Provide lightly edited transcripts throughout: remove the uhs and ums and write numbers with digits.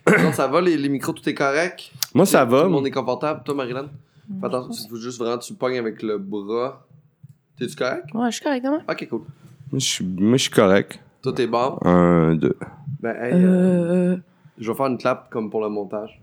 Non, ça va, les micros, tout est correct? Moi, ça va. Tout le monde est confortable. Toi, Marilyn? Fais attention, il faut juste vraiment que tu pognes avec le bras. T'es-tu correct? Ouais, je suis correct, demain. Ok, cool. Moi, je suis correct. Toi, t'es bon? 1, 2. Ben, hey, je vais faire une clap comme pour le montage.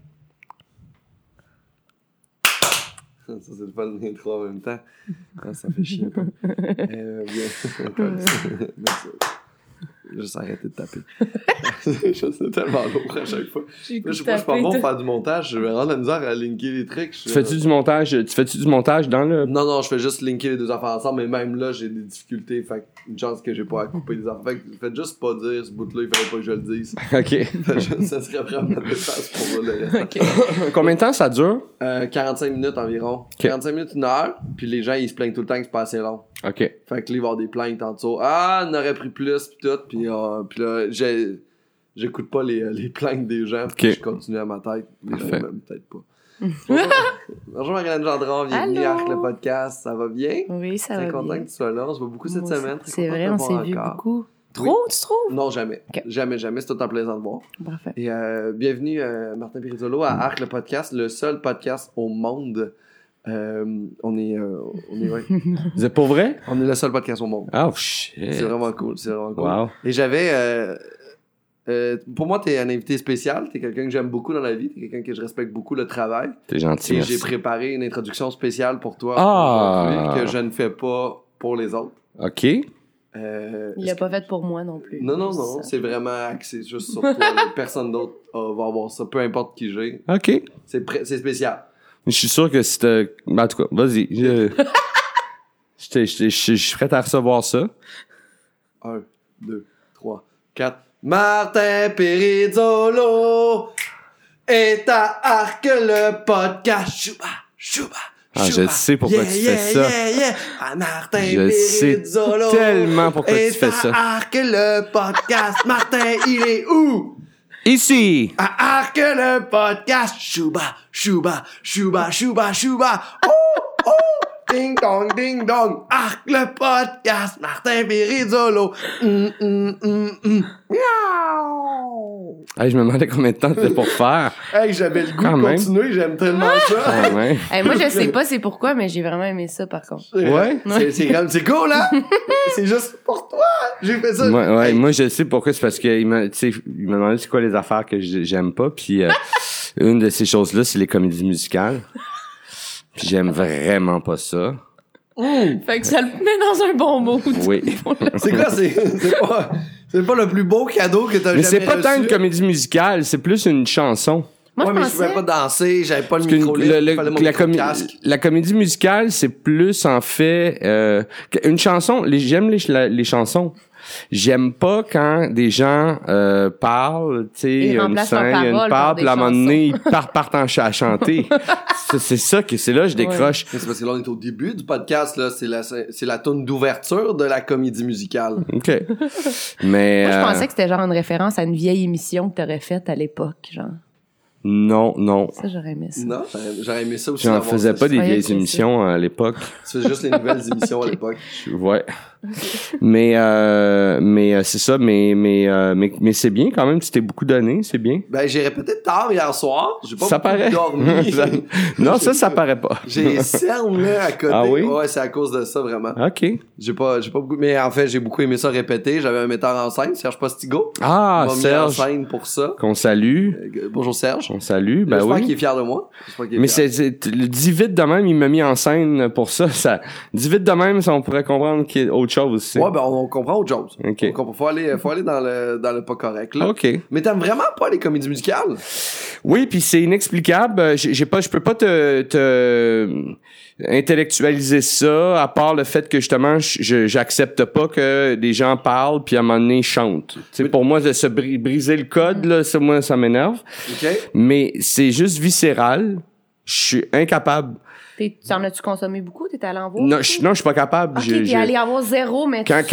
Ça, c'est le fun d'intro en même temps. Ah, ça fait chier un peu. Bien. Merci. Juste arrêter de taper. C'est tellement lourd à chaque fois. Je suis pas bon pour faire du montage. Je vais rendre la misère à linker les trucs. Tu fais-tu du montage dans le... Non, je fais juste linker les deux affaires ensemble, mais même là, j'ai des difficultés. Fait que une chance que j'ai pas à couper les affaires. Fait que faites juste pas dire ce bout-là, il fallait pas que je le dise. OK. Ça serait vraiment de place pour le reste. OK. Combien de temps ça dure? 45 minutes environ. Okay. 45 minutes, 1 heure. Puis les gens, ils se plaignent tout le temps que c'est pas assez long. OK. Fait que là, il va y avoir des plaintes en dessous. Ah, on aurait pris plus, pis tout. Puis là, j'écoute pas les plaintes des gens. Puis je continue à ma tête. Les gens, même peut-être pas. Bonjour Marianne Gendron, bienvenue à Arc le podcast. Ça va bien? Oui, ça va bien. Très content que tu sois là. On se voit beaucoup cette semaine. C'est vrai, on s'est vu beaucoup. Trop, tu trouves? Non, jamais. Okay. Jamais. C'est tout un plaisir de voir. Parfait. Et bienvenue, Martin Pirizolo, à Arc le podcast, le seul podcast au monde. On est ouais. Vous êtes pour vrai? On est le seul podcast au monde. Oh, shit. C'est vraiment cool. Wow. Et j'avais... pour moi, t'es un invité spécial. T'es quelqu'un que j'aime beaucoup dans la vie. T'es quelqu'un que je respecte beaucoup le travail. T'es gentil. Et merci. j'ai préparé une introduction spéciale pour toi aujourd'hui que je ne fais pas pour les autres. OK. Il l'a pas fait pour moi non plus. Non. C'est vraiment axé juste sur toi. Personne d'autre va avoir ça. Peu importe qui j'ai. OK. C'est spécial. Je suis sûr que si t'as... En tout cas, vas-y. Je suis prêt à recevoir ça. 1, 2, 3, 4. Martin Perizzolo est à Arc le podcast. Chouba. Je sais pourquoi tu fais ça. Ah, Martin Je sais Perizzolo tellement pourquoi tu fais ça. est à Arc le podcast. Martin, il est où? Ici! À Arc le podcast. Chouba. Oh! Ding dong. Arc le podcast. Martin Perizzolo. Miaou. Hey, je me demandais combien de temps c'était pour faire. Hey, j'avais le goût Quand de même. continuer. J'aime tellement ça. Quand même. Hey, moi, je sais pas c'est pourquoi, mais j'ai vraiment aimé ça, par contre. Ouais? C'est cool, hein? C'est juste pour toi. J'ai fait ça. Ouais, moi, je sais pourquoi. C'est parce qu'il m'a demandé c'est quoi les affaires que j'aime pas. Puis une de ces choses-là, c'est les comédies musicales. Puis j'aime vraiment pas ça. Fait que ça le met dans un bon mood. Oui. C'est quoi? C'est pas le plus beau cadeau que t'as jamais Mais reçu. c'est pas tant une comédie musicale, c'est plus une chanson. Moi, Ouais, je mais pensais... je pouvais pas danser, j'avais pas le Parce que micro libre, il fallait mon casque. la comédie musicale, c'est plus en fait une chanson. J'aime les chansons. J'aime pas quand des gens parlent, tu sais, Ils une remplacent leurs scène, il y a une paroles part, par puis à un des moment donné, chansons. ils partent à chanter. C'est là que je décroche. Mais c'est parce que là, on est au début du podcast, là. C'est la toune d'ouverture de la comédie musicale. OK. Mais Moi, je pensais que c'était genre une référence à une vieille émission que t'aurais faite à l'époque, genre. non. Ça, j'aurais aimé ça. Non, j'aurais aimé ça aussi. J'en d'avoir faisais ça. pas des croyais vieilles que c'est émissions à l'époque. Tu faisais juste les nouvelles émissions à l'époque. Ouais. Mais c'est ça, mais c'est bien quand même, tu t'es beaucoup donné, c'est bien. Ben, j'ai répété tard hier soir. J'ai pas Ça beaucoup paraît. dormi. Non, ça paraît pas. J'ai cerne, là, à côté. Ah oui? Ouais, c'est à cause de ça, vraiment. OK. J'ai pas beaucoup, mais en fait, j'ai beaucoup aimé ça répéter. J'avais un metteur en scène, Serge Postigo. Ah, Il m'a mis Serge, en scène pour ça. qu'on salue. Bonjour Serge. On salue, ben J'espère qu'il oui. est fier de moi. J'espère qu'il est Mais fier. dit vite de même, il m'a mis en scène pour ça. Dit vite de même, ça, on pourrait comprendre qu'il y a autre chose aussi. Ouais, ben, on comprend autre chose. OK. Faut aller dans le pas correct, là. OK. Mais t'aimes vraiment pas les comédies musicales? Oui, puis c'est inexplicable. Je peux pas te intellectualiser ça, à part le fait que justement, j'accepte pas que des gens parlent puis à un moment donné ils chantent. Tu sais, pour moi, de se briser le code, là, ça m'énerve. OK? Mais c'est juste viscéral. Je suis incapable. T'en as-tu consommé beaucoup? T'étais allé en voir? Non, je suis pas capable. Ok, t'es allé en voir zéro, mais Quand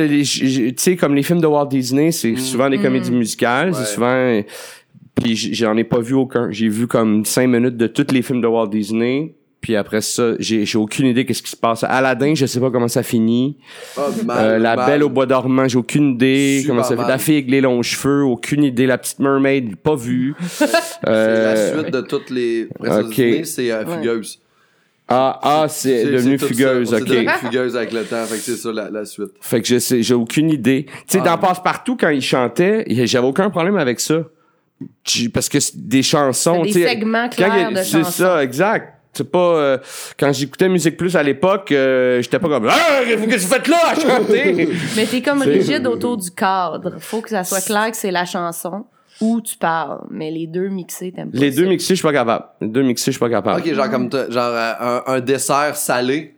tu sais, comme les films de Walt Disney, c'est souvent des comédies musicales, c'est souvent, puis j'en ai pas vu aucun. J'ai vu comme 5 minutes de tous les films de Walt Disney. Puis après ça, j'ai aucune idée qu'est-ce qui se passe. Aladdin, je sais pas comment ça finit. La Belle au bois dormant, j'ai aucune idée comment ça fait. La fille avec les longs cheveux, aucune idée. La petite mermaid, pas vue. C'est la suite de toutes les Disney, c'est Fugueuse. C'est devenu Fugueuse, ok. C'est devenu Fugueuse avec le temps, fait que c'est ça la suite. Fait que j'ai aucune idée. Tu sais, dans Passe-Partout, quand il chantait, j'avais aucun problème avec ça. Parce que des chansons, des segments clairs de chansons. C'est ça, exact. C'est pas quand j'écoutais Musique Plus à l'époque, j'étais pas comme qu'est-ce que vous faites là à chanter. Mais t'es comme rigide autour du cadre. Faut que ça soit clair que c'est la chanson où tu parles, mais les deux mixés t'aimes pas. Les deux mixés, je suis pas capable. OK, genre comme un dessert salé.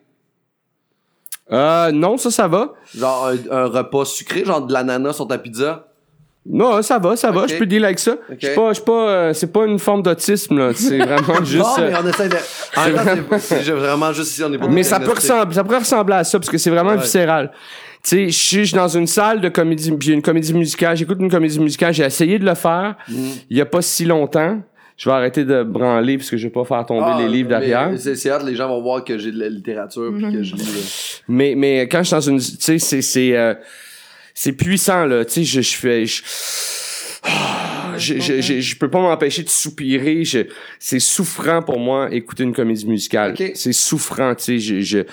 Non, ça va. Genre un repas sucré, genre de l'ananas sur ta pizza. Non, ça va, okay. Je peux dealer avec ça. Okay. Je suis pas, c'est pas une forme d'autisme, là. C'est vraiment juste. Non, mais on essaie de. C'est vraiment juste ici, on est pas. Mais ça pourrait ressembler à ça, parce que c'est vraiment viscéral. Tu sais, je suis dans une salle de comédie, puis une comédie musicale, j'écoute une comédie musicale, j'ai essayé de le faire, il y a pas si longtemps. Je vais arrêter de branler parce que je vais pas faire tomber les livres derrière. C'est hâte, les gens vont voir que j'ai de la littérature puis que je lis. Mais quand je suis dans une, tu sais, c'est puissant là, tu sais, je peux pas m'empêcher de soupirer, c'est souffrant pour moi écouter une comédie musicale. Okay. C'est souffrant, tu sais,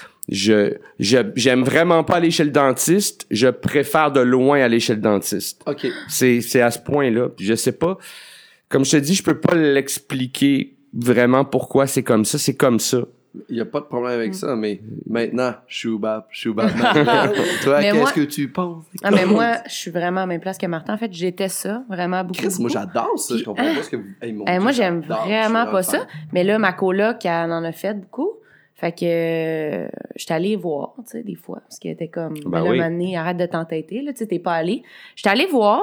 j'aime vraiment pas aller chez le dentiste, je préfère de loin aller chez le dentiste. OK. C'est à ce point-là, puis je sais pas, comme je te dis, je peux pas l'expliquer vraiment pourquoi c'est comme ça, Il y a pas de problème avec ça, mais maintenant, je suis Batman. Toi, qu'est-ce que tu penses? Mais moi, je suis vraiment à la même place que Martin. En fait, j'étais ça, vraiment beaucoup. Chris, moi, j'adore ça. Je comprends pas ce que vous... moi, j'aime vraiment pas ça. Mais là, ma coloc, elle en a fait beaucoup. Fait que j'étais allée voir, tu sais, des fois. Parce qu'elle était comme, un moment donné, arrête de t'entêter, là, tu sais, t'es pas allé. J'étais allée voir...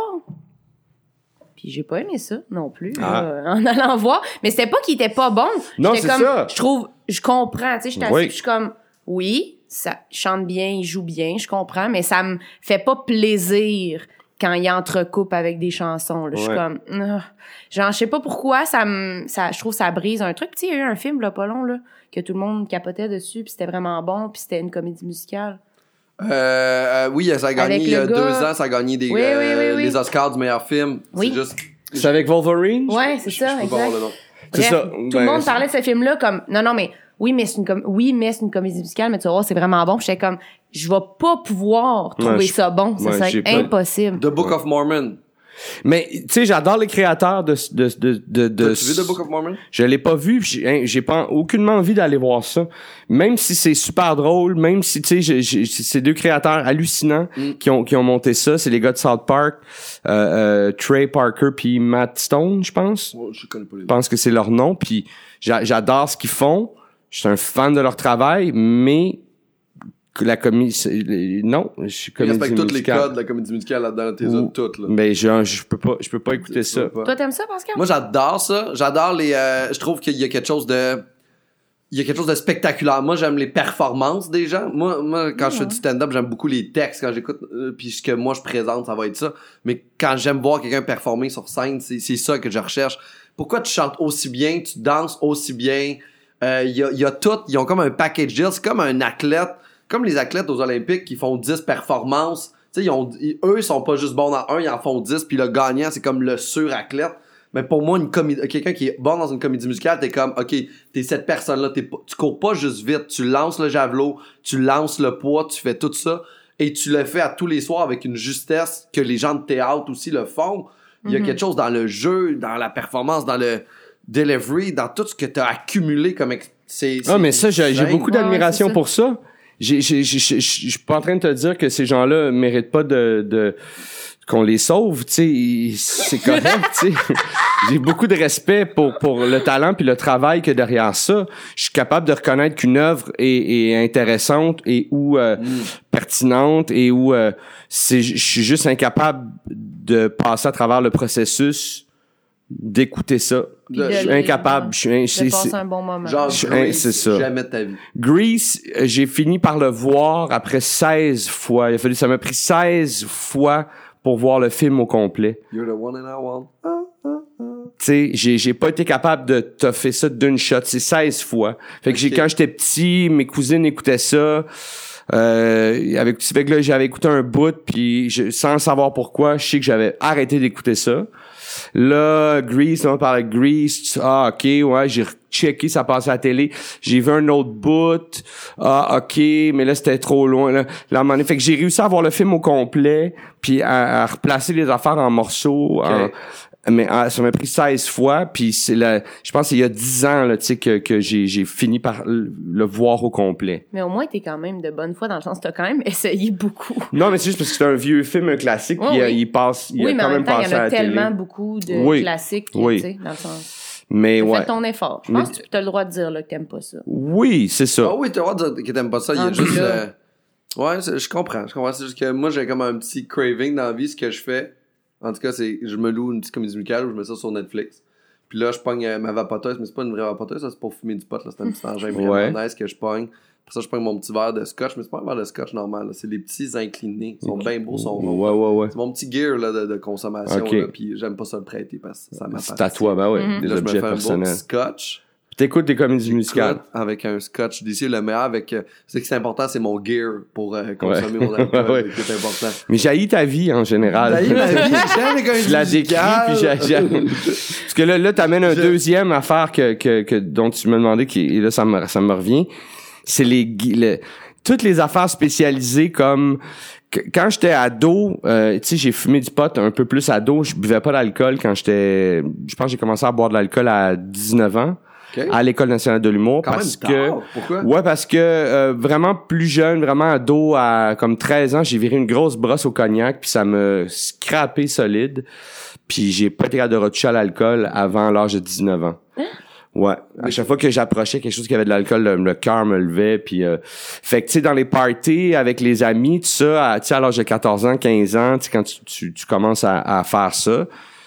Puis j'ai pas aimé ça non plus en allant voir, mais c'était pas qu'il était pas bon. Non, c'est ça. Je comprends, tu sais, j'étais assise, je suis comme oui, ça chante bien, il joue bien, je comprends, mais ça me fait pas plaisir quand il entrecoupe avec des chansons là. Je suis comme genre je sais pas pourquoi je trouve ça brise un truc. Tu sais, il y a eu un film là pas long là que tout le monde capotait dessus, puis c'était vraiment bon, puis c'était une comédie musicale. Oui, ça a gagné il y a 2 ans, ça a gagné les Oscars du meilleur film. Oui. C'est avec Wolverine? Ouais, c'est ça, exact. C'est ça. Tout le monde parlait de ce film-là comme non, mais mais c'est une comédie musicale, mais tu vas voir, c'est vraiment bon. Puis j'étais comme, je vais pas pouvoir trouver ça bon, c'est impossible. The Book of Mormon. Mais tu sais, j'adore les créateurs de T'as-tu vu The Book of Mormon? Je l'ai pas vu, j'ai pas aucunement envie d'aller voir ça. Même si c'est super drôle, même si tu sais, c'est 2 créateurs hallucinants qui ont monté ça, c'est les gars de South Park, Trey Parker puis Matt Stone, je pense. Ouais, je connais pas les deux. Je pense que c'est leur nom, puis j'adore ce qu'ils font. Je suis un fan de leur travail, mais la comédie, non, je suis comédie musicale. Il respecte tous les codes de la comédie musicale là-dedans, t'es toutes, là. Mais je peux pas écouter ça. Toi, t'aimes ça, Pascal? Moi, j'adore ça. J'adore les, je trouve qu'il y a quelque chose de spectaculaire. Moi, j'aime les performances des gens. Moi, quand je fais du stand-up, j'aime beaucoup les textes. Quand j'écoute, puis ce que moi je présente, ça va être ça. Mais quand j'aime voir quelqu'un performer sur scène, c'est ça que je recherche. Pourquoi tu chantes aussi bien, tu danses aussi bien? Il y a tout. Ils ont comme un package deal. C'est comme un athlète. Comme les athlètes aux Olympiques qui font 10 performances. Tu sais, eux, ils sont pas juste bons dans un, ils en font 10. Puis le gagnant, c'est comme le sur-athlète. Mais pour moi, quelqu'un qui est bon dans une comédie musicale, t'es comme, OK, t'es cette personne-là, tu cours pas juste vite, tu lances le javelot, tu lances le poids, tu fais tout ça, et tu le fais à tous les soirs avec une justesse que les gens de théâtre aussi le font. Il y a quelque chose dans le jeu, dans la performance, dans le delivery, dans tout ce que t'as accumulé comme... mais ça, j'ai beaucoup d'admiration pour ça. Je suis pas en train de te dire que ces gens-là méritent pas de qu'on les sauve, tu sais, c'est correct, tu sais. J'ai beaucoup de respect pour le talent puis le travail que derrière ça. Je suis capable de reconnaître qu'une œuvre est intéressante et ou pertinente et où je suis juste incapable de passer à travers le processus d'écouter ça. Je suis incapable. De passer un bon moment. Genre, c'est ça. Jamais de ta vie. Grease, j'ai fini par le voir après 16 fois. Ça m'a pris 16 fois pour voir le film au complet. You're the one and I want. sais, j'ai pas été capable de toffer ça d'une shot. C'est 16 fois. Fait que quand j'étais petit, mes cousines écoutaient ça. Fait que là, j'avais écouté un bout, puis sans savoir pourquoi, je sais que j'avais arrêté d'écouter ça. Là, Grease, on parlait de Grease. Ah, OK, ouais, j'ai checké, ça passait à la télé. J'ai vu un autre bout. Ah, OK, mais là, c'était trop loin. Là, à un moment donné, fait que j'ai réussi à voir le film au complet, puis à replacer les affaires en morceaux. Okay. Mais ça m'a pris 16 fois, puis je pense qu'il y a 10 ans là, tu sais que j'ai fini par le voir au complet. Mais au moins t'es quand même de bonne foi dans le sens que t'as quand même essayé beaucoup. Non, mais c'est juste parce que c'est un vieux film, un classique, puis il passe, il a quand même passé à la télé. Oui, mais en même temps, il y en a tellement beaucoup de classiques, tu sais, dans le sens. Mais ouais. Fais ton effort. Je pense que tu as le droit de dire là que t'aimes pas ça. Oui, c'est ça. Ah oui, t'as le droit de dire que t'aimes pas ça. Il y a juste ouais, je comprends. C'est juste que moi j'ai comme un petit craving dans la vie. Ce que je fais, en tout cas, c'est je me loue une petite comédie musicale ou je mets ça sur Netflix. Puis là, je pogne ma vapoteuse, mais c'est pas une vraie vapoteuse, ça c'est pour fumer du pot. Là, c'est un petit engin vraiment nice que je pogne. Après ça, je pogne mon petit verre de scotch, mais c'est pas un verre de scotch normal. Là. C'est les petits inclinés. Ils sont bien beaux, sont ronds. Ouais. C'est mon petit gear là, de consommation. Là, puis j'aime pas ça le prêter parce que ça m'appartient. C'est à toi, ben ouais. Des là, objets je me fais personnels. un beau scotch. T'écoutes des comédies musicales. Avec un scotch d'ici, le meilleur avec... c'est que c'est important, c'est mon gear pour consommer mon alcool. C'est important. Mais j'haïs ta vie, en général. J'haïs ma vie, j'aime les comédies je la décris, puis j'aime. Parce que là t'amènes un deuxième affaire dont tu m'as demandé, et là, ça me revient. C'est toutes les affaires spécialisées comme... Quand j'étais ado, tu sais, j'ai fumé du pot un peu plus ado. Je buvais pas d'alcool quand je pense que j'ai commencé à boire de l'alcool à 19 ans. Okay. À l'École nationale de l'humour Pourquoi? Ouais, parce que vraiment plus jeune, vraiment ado à comme 13 ans, j'ai viré une grosse brosse au cognac puis ça me scrapé solide. Puis j'ai pas été capable de retoucher à l'alcool avant l'âge de 19 ans. Ouais, à chaque fois que j'approchais quelque chose qui avait de l'alcool, le cœur me levait puis fait que tu sais dans les parties avec les amis, tout ça, tu sais à l'âge de 14 ans, 15 ans, tu sais quand tu commences à faire ça,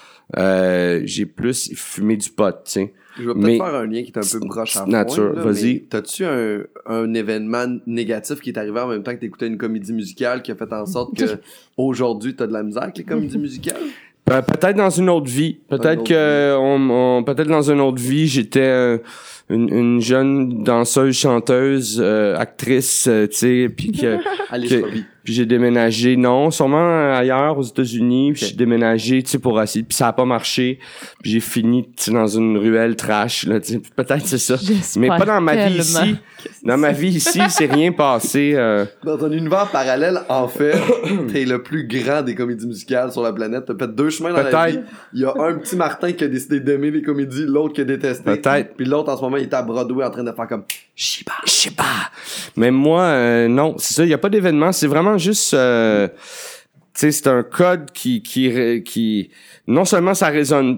j'ai plus fumé du pot, tu sais. Je vais peut-être faire un lien qui est un peu proche à nature, vas-y. T'as-tu un événement négatif qui est arrivé en même temps que t'écoutais une comédie musicale qui a fait en sorte que aujourd'hui t'as de la misère avec les comédies musicales? Peut-être dans une autre vie. Peut-être peut-être dans une autre vie, j'étais une jeune danseuse, chanteuse, actrice, tu sais, puis puis j'ai déménagé, non, sûrement ailleurs aux États-Unis, puis j'ai déménagé, tu sais, pour essayer, puis ça a pas marché, puis j'ai fini, tu sais, dans une ruelle trash, là, tu sais, peut-être c'est ça. Mais pas dans ma vie ici. Dans ma vie ici, c'est rien passé. Dans un univers parallèle, en fait, t'es le plus grand des comédies musicales sur la planète. T'as fait 2 chemins dans la vie. Il y a un petit Martin qui a décidé d'aimer les comédies, l'autre qui a détesté. Peut-être. Puis l'autre, en ce moment, il est à Broadway en train de faire comme je sais pas. Mais moi, non, c'est ça, il y a pas d'événement, c'est vraiment juste tu sais, c'est un code qui non seulement ça résonne,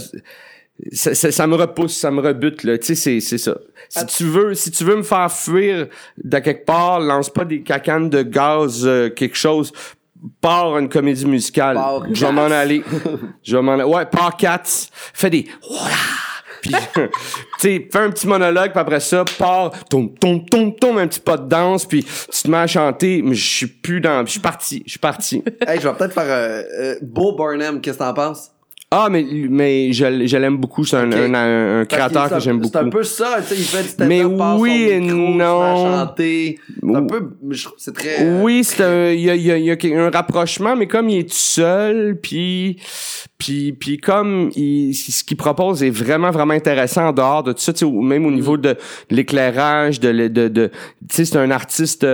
ça me repousse, ça me rebute là, tu sais, c'est ça. Si tu veux me faire fuir de quelque part, lance pas des cacanes de gaz quelque chose. Pars une comédie musicale. Je vais m'en aller. Ouais, pars 4. Fais des puis tu sais, fais un petit monologue, puis après ça, pars, tombe, un petit pas de danse, puis tu te mets à chanter, mais je suis parti. Hey, je vais peut-être faire Bo Burnham, qu'est-ce que t'en penses? Ah, mais je l'aime beaucoup, c'est un créateur que j'aime beaucoup. C'est un peu ça, tu sais, il fait du stand-up, mais oui et micro, non. il chanter. C'est un peu, je trouve que c'est très... Oui, il y a un rapprochement, mais comme il est tout seul, puis comme ce qu'il propose est vraiment, vraiment intéressant en dehors de tout ça, tu sais, même au niveau de l'éclairage, tu sais, c'est un artiste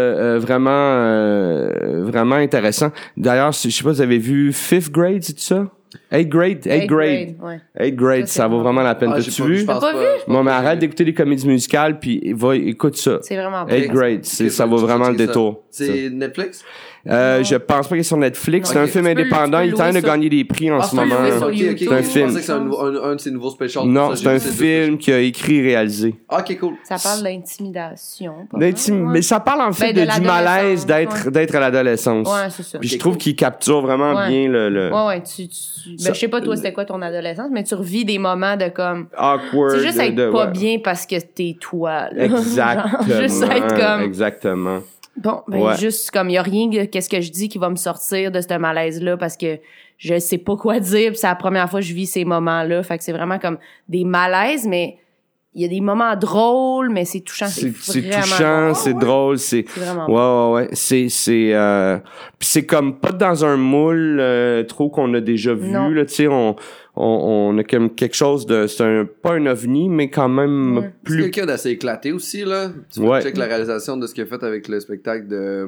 vraiment, vraiment intéressant. D'ailleurs, je sais pas, vous avez vu Fifth Grade, c'est ça? 8th grade. 8th grade, ça vaut vraiment la peine. T'as-tu vu? T'as pas vu? Bon, mais arrête d'écouter les comédies musicales, puis écoute ça. C'est vraiment bon. 8th grade, ça vaut vraiment le détour. C'est Netflix? Je pense pas qu'il est sur Netflix. C'est un film indépendant. Il tente de gagner des prix en ce moment. C'est un film. Je pensais que c'est un de ses nouveaux specials. Non, c'est un film qui a écrit et réalisé. Ok, cool. Ça parle d'intimidation. Mais ça parle en fait du malaise d'être à l'adolescence. Ouais, c'est ça. Puis je trouve qu'il capture vraiment bien le... Ouais, je sais pas toi c'était quoi ton adolescence, mais tu revis des moments de comme... Awkward. C'est juste être pas bien parce que t'es toi, là. Exactement. Juste être comme... Exactement. Bon, juste comme il y a rien qu'est-ce que je dis qui va me sortir de ce malaise-là parce que je sais pas quoi dire, puis c'est la première fois que je vis ces moments-là. Fait que c'est vraiment comme des malaises, mais il y a des moments drôles, mais c'est touchant, c'est vraiment touchant, drôle. c'est drôle, c'est vraiment ouais, puis c'est comme pas dans un moule trop qu'on a déjà vu là, tu sais, on a comme quelque chose de pas un ovni, mais quand même plus c'est quelqu'un d'assez éclaté aussi là. Tu check la réalisation de ce qu'il a fait avec le spectacle de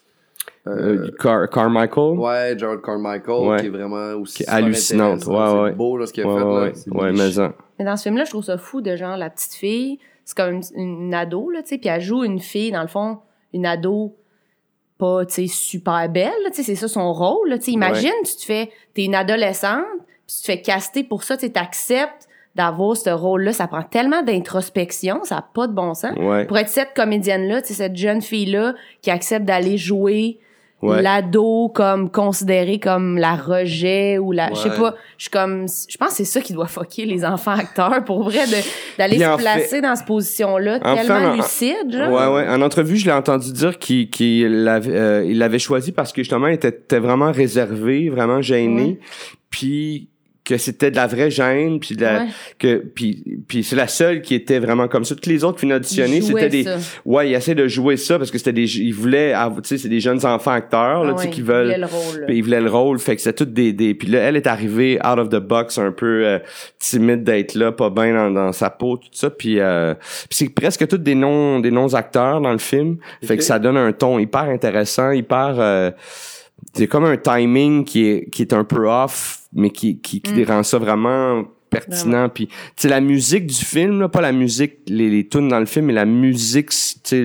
Carmichael. Ouais, Gerald Carmichael, qui est vraiment aussi qui est hallucinante. C'est beau là, ce qu'il a fait là. Mais dans ce film-là, je trouve ça fou de genre la petite fille, c'est comme une ado là, tu sais, puis elle joue une fille dans le fond, une ado pas, tu sais, super belle, tu sais, c'est ça son rôle, tu sais. Imagine, t'es une adolescente, puis tu te fais caster pour ça, tu sais, t'acceptes d'avoir ce rôle-là, ça prend tellement d'introspection, ça a pas de bon sens. Pour être cette comédienne-là, tu sais, cette jeune fille-là qui accepte d'aller jouer l'ado comme considéré comme la rejet ou la je sais pas, je pense que c'est ça qui doit fucker les enfants acteurs pour vrai d'aller se placer dans cette position-là tellement lucide genre. Ouais, en entrevue, je l'ai entendu dire qu'il l'avait choisi parce que justement il était vraiment réservé, vraiment gêné, puis que c'était de la vraie gêne, puis puis c'est la seule qui était vraiment comme ça. Toutes les autres qui venaient auditionner, c'était des il essaie de jouer ça parce que c'était ils voulaient, tu sais, c'est des jeunes enfants acteurs là, tu sais, qui veulent ils voulaient le rôle, fait que c'est toutes des puis là elle est arrivée out of the box un peu timide d'être là, pas bien dans sa peau, tout ça, puis c'est presque tous des noms acteurs dans le film, fait que ça donne un ton hyper intéressant, hyper c'est comme un timing qui est un peu off, mais qui rend ça vraiment pertinent. Puis, tu sais, la musique du film, là, pas la musique, les tunes dans le film, mais la musique, tu sais,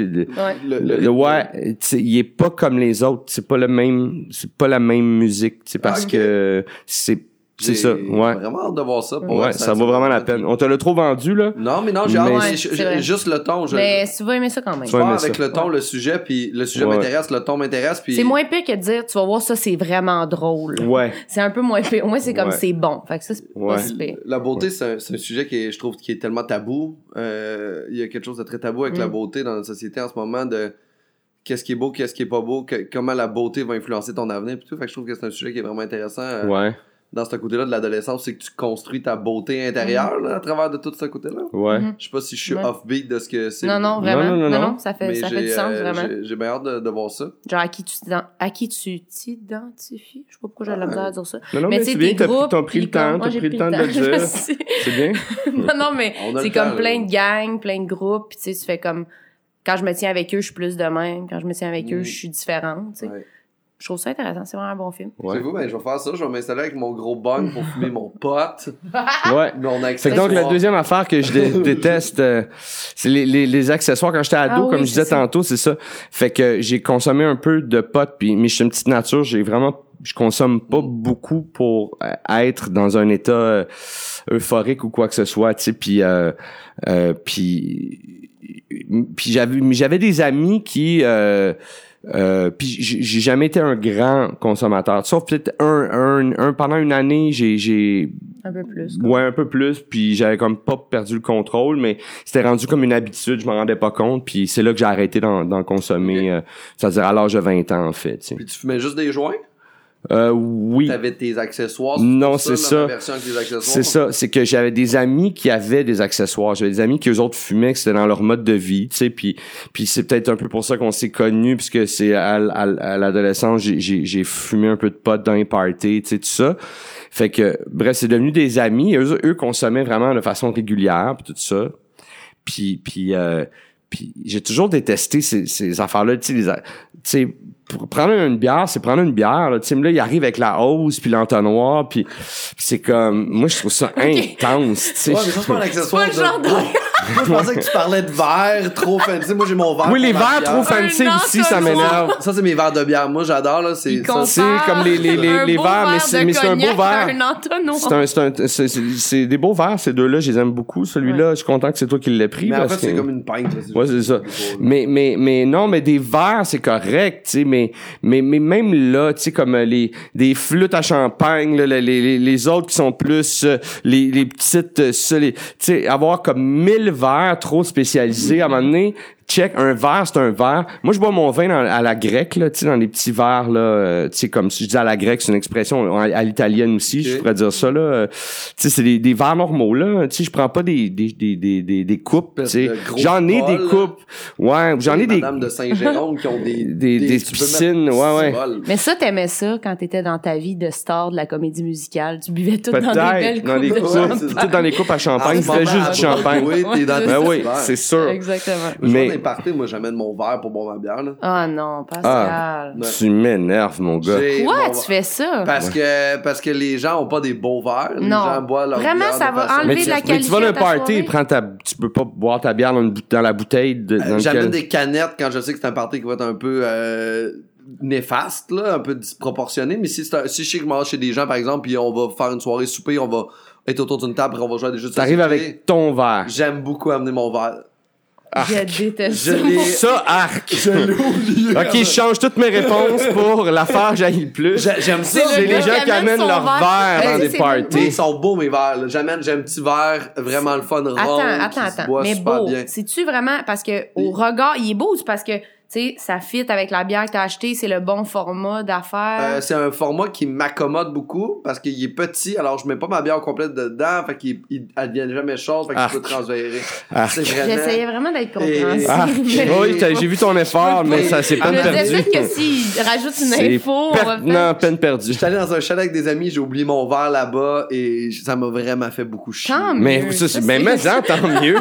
il est pas comme les autres. C'est pas la même musique, tu sais, parce que c'est ça, vraiment hâte de voir ça. Ça vaut vraiment la peine. On te l'a trop vendu, là. Non, j'ai hâte. Juste le ton. Mais tu vas aimer ça quand même. Tu vas avec le ton, le sujet, puis le sujet m'intéresse, le ton m'intéresse, puis... C'est moins pire que de dire, tu vas voir ça, c'est vraiment drôle. C'est un peu moins pire. Au moins, c'est comme c'est bon. Fait que ça, c'est pas si pire. La beauté, c'est un sujet je trouve, qui est tellement tabou. Il y a quelque chose de très tabou avec la beauté dans notre société en ce moment, de qu'est-ce qui est beau, qu'est-ce qui est pas beau, comment la beauté va influencer ton avenir, puis tout. Fait que je trouve que c'est un sujet qui est vraiment intéressant. Dans ce côté-là de l'adolescence, c'est que tu construis ta beauté intérieure là, à travers de tout ce côté-là. Je sais pas si je suis off-beat de ce que c'est. Non, vraiment. Non, ça fait du sens, vraiment. J'ai bien hâte de voir ça. Genre, à qui tu t'identifies? Je sais pas pourquoi j'ai la misère à dire ça. Non, mais c'est bien, t'as pris le temps de le dire. C'est bien. Non, mais c'est comme plein de gangs, plein de groupes, pis tu sais, tu fais comme, quand je me tiens avec eux, je suis plus de même. Quand je me tiens avec eux, je suis différente, tu sais. Je trouve ça intéressant, c'est vraiment un bon film. C'est vous, je vais faire ça, je vais m'installer avec mon gros bong pour fumer mon pote. Fait que donc, la deuxième affaire que je déteste, c'est les accessoires. Quand j'étais ado, comme je disais tantôt, c'est ça. Fait que j'ai consommé un peu de pot, mais je suis une petite nature, je consomme pas beaucoup pour être dans un état euphorique ou quoi que ce soit, tu sais, puis j'avais des amis qui puis j'ai jamais été un grand consommateur, sauf peut-être un pendant une année j'ai un peu plus un peu plus, puis j'avais comme pas perdu le contrôle, mais c'était rendu comme une habitude, je m'en rendais pas compte, puis c'est là que j'ai arrêté d'en consommer, c'est-à-dire à l'âge de 20 ans en fait, t'sais. Puis tu fumais juste des joints? Oui. T'avais tes accessoires? Non, c'est ça. C'est ça. C'est que j'avais des amis qui avaient des accessoires. J'avais des amis qui eux autres fumaient, que c'était dans leur mode de vie, tu sais. Puis c'est peut-être un peu pour ça qu'on s'est connus, puisque c'est à l'adolescence, j'ai fumé un peu de pot dans les parties, tu sais, tout ça. Fait que, bref, c'est devenu des amis. Eux consommaient vraiment de façon régulière, puis tout ça. Puis j'ai toujours détesté ces affaires-là, tu sais, pour prendre une bière, c'est prendre une bière, là, tu sais, là, il arrive avec la hausse puis l'entonnoir, puis c'est comme, moi, je trouve ça intense, tu sais. Ouais, mais ça, c'est pas un accessoire. Moi, je pensais que tu parlais de verre trop fancy. Moi, j'ai mon verre. Oui, les verres trop fancy aussi, ça m'énerve. Ça, c'est mes verres de bière. Moi, j'adore, là. C'est comme les verres, mais c'est un beau verre. C'est des beaux verres, ces deux-là. Je les aime beaucoup. Celui-là, je suis content que c'est toi qui l'aies pris. Mais en fait, c'est comme une pinte, là. Ouais, c'est ça. Mais non, mais des verres, c'est correct, tu sais, mais même là, tu sais, comme des flûtes à champagne, là, les autres qui sont plus, les petites, tu sais, avoir comme 1000 verres trop spécialisés, à un moment donné, check, un verre, c'est un verre. Moi, je bois mon vin à la grecque, là, tu sais, dans les petits verres, là, tu sais, comme si je dis à la grecque, c'est une expression à l'italienne aussi, okay. Je pourrais dire ça, là. Tu sais, c'est des verres normaux, là. Tu sais, je prends pas des coupes, tu sais. J'en ai des coupes. Ouais, j'en ai des... Madame de Saint-Jérôme qui ont des piscines, ouais. Mais ça, t'aimais ça quand t'étais dans ta vie de star de la comédie musicale. Tu buvais tout dans des belles coupes. Tout dans les coupes à champagne. Tu fais juste du champagne. Oui, t'es dans ben oui, c'est sûr. Exactement. Mais je partais, moi, j'amène mon verre pour boire ma bière, là. Ah non, Pascal. Tu m'énerves, mon gars. Pourquoi tu fais ça? Parce que les gens ont pas des beaux verres. Les gens boivent leur vraiment, bière ça va enlever de la qualité. Mais tu vas d'un party, tu peux pas boire ta bière dans la bouteille. J'amène des canettes quand je sais que c'est un party qui va être un peu néfaste, là, un peu disproportionné. Mais si je sais que je mange chez des gens, par exemple, puis on va faire une soirée souper, on va être autour d'une table et on va jouer à des jeux de société. T'arrives avec ton verre. J'aime beaucoup amener mon verre. Je déteste ça. Arc. Ok, je change toutes mes réponses pour l'affaire j'aille le plus. J'aime ça. C'est les gens qui amènent leur verre dans des parties. Ils sont beaux, mes verres, là. J'ai un petit verre vraiment le fun, rond. Attends. Mais beau. C'est-tu vraiment, parce que au regard, il est beau ou c'est parce que, tu sais, ça fit avec la bière que t'as achetée, c'est le bon format d'affaires? C'est un format qui m'accommode beaucoup parce qu'il est petit, alors je mets pas ma bière complète dedans, fait qu'il advienne jamais chose, fait que je peux transférer. J'essayais vraiment d'être compréhensible. Oui, j'ai vu ton effort, mais ça c'est peine perdue. Peut-être que s'il rajoute une info, non, peine perdue. J'étais allé dans un chalet avec des amis, j'ai oublié mon verre là-bas et ça m'a vraiment fait beaucoup chier. Mais tant mieux,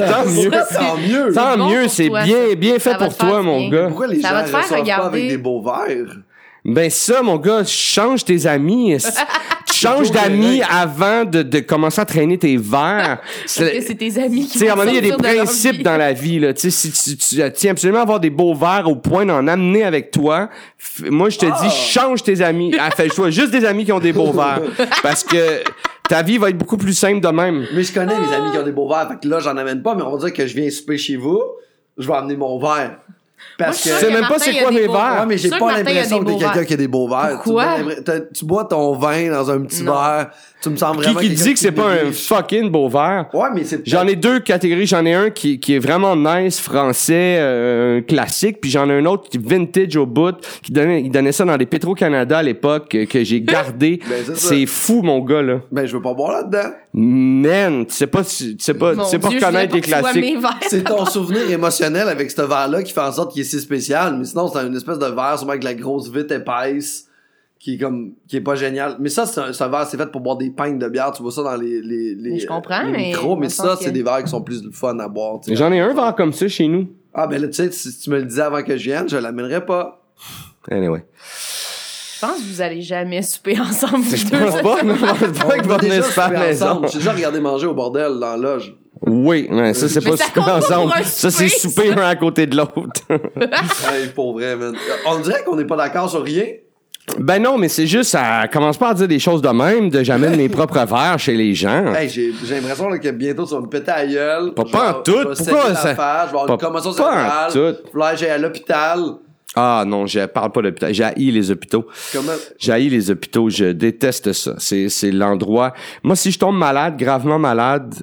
Tant mieux, c'est bien fait pour toi, mon gars. Pourquoi les gens ne reçoivent pas avec des beaux verres? Ben ça, mon gars, change tes amis. Change d'amis avant de commencer à traîner tes verres. C'est tes amis qui vont. Tu sais, à un moment donné, il y a des principes dans la vie, là. Tu sais, si tu tiens absolument à avoir des beaux verres au point d'en amener avec toi, moi, je te dis, change tes amis. Fais-toi juste des amis qui ont des beaux verres. Parce que ta vie va être beaucoup plus simple de même. Mais je connais les amis qui ont des beaux verres. Fait que là, j'en amène pas, mais on va dire que je viens souper chez vous. Je vais amener mon verre. Parce que tu sais même pas c'est quoi mes verres. Ouais, mais j'ai pas l'impression que t'es quelqu'un qui a des beaux verres. Pourquoi? Tu bois ton vin dans un petit verre. Tu me sens vraiment qui dit que c'est pas un fucking beau verre? Ouais, mais c'est J'en ai deux catégories. J'en ai un qui est vraiment nice, français, classique, puis j'en ai un autre qui vintage au bout, il donnait ça dans les Petro-Canada à l'époque, que j'ai gardé. C'est fou, mon gars, là. Ben, je veux pas boire là-dedans. Man, tu sais pas reconnaître les classiques. C'est ton souvenir émotionnel avec ce verre-là qui fait en sorte qu'il est si spécial, mais sinon, c'est une espèce de verre, sûrement avec la grosse vitre épaisse. Qui est pas génial. Mais ça, c'est un verre, c'est fait pour boire des pintes de bière. Tu vois ça dans les je comprends, les micros, mais ça, c'est des verres qui sont plus fun à boire. J'en ai un verre comme ça chez nous. Ah, ben là, tu sais, si tu me le disais avant que je vienne, je l'amènerais pas. Anyway. Je pense que vous allez jamais souper ensemble. Je pense pas, non. Je pense pas que vous venez souper à la maison. J'ai déjà regardé manger au bordel dans la loge. Oui, mais ça, c'est pas souper ensemble. Ça, c'est souper un à côté de l'autre. Hey, pour vrai, man. On dirait qu'on n'est pas d'accord sur rien. Ben non, mais c'est juste, ça commence pas à dire des choses de même, de j'amène mes propres verres chez les gens. Hey, j'ai l'impression là, que bientôt tu vas me péter à la gueule. Pas en tout. Pourquoi ça? Je vais avoir une commotion cérébrale. Là, j'ai à l'hôpital. Ah non, je parle pas d'hôpital. J'haïs les hôpitaux. Comment? J'haïs les hôpitaux. Je déteste ça. C'est l'endroit. Moi, si je tombe malade, gravement malade,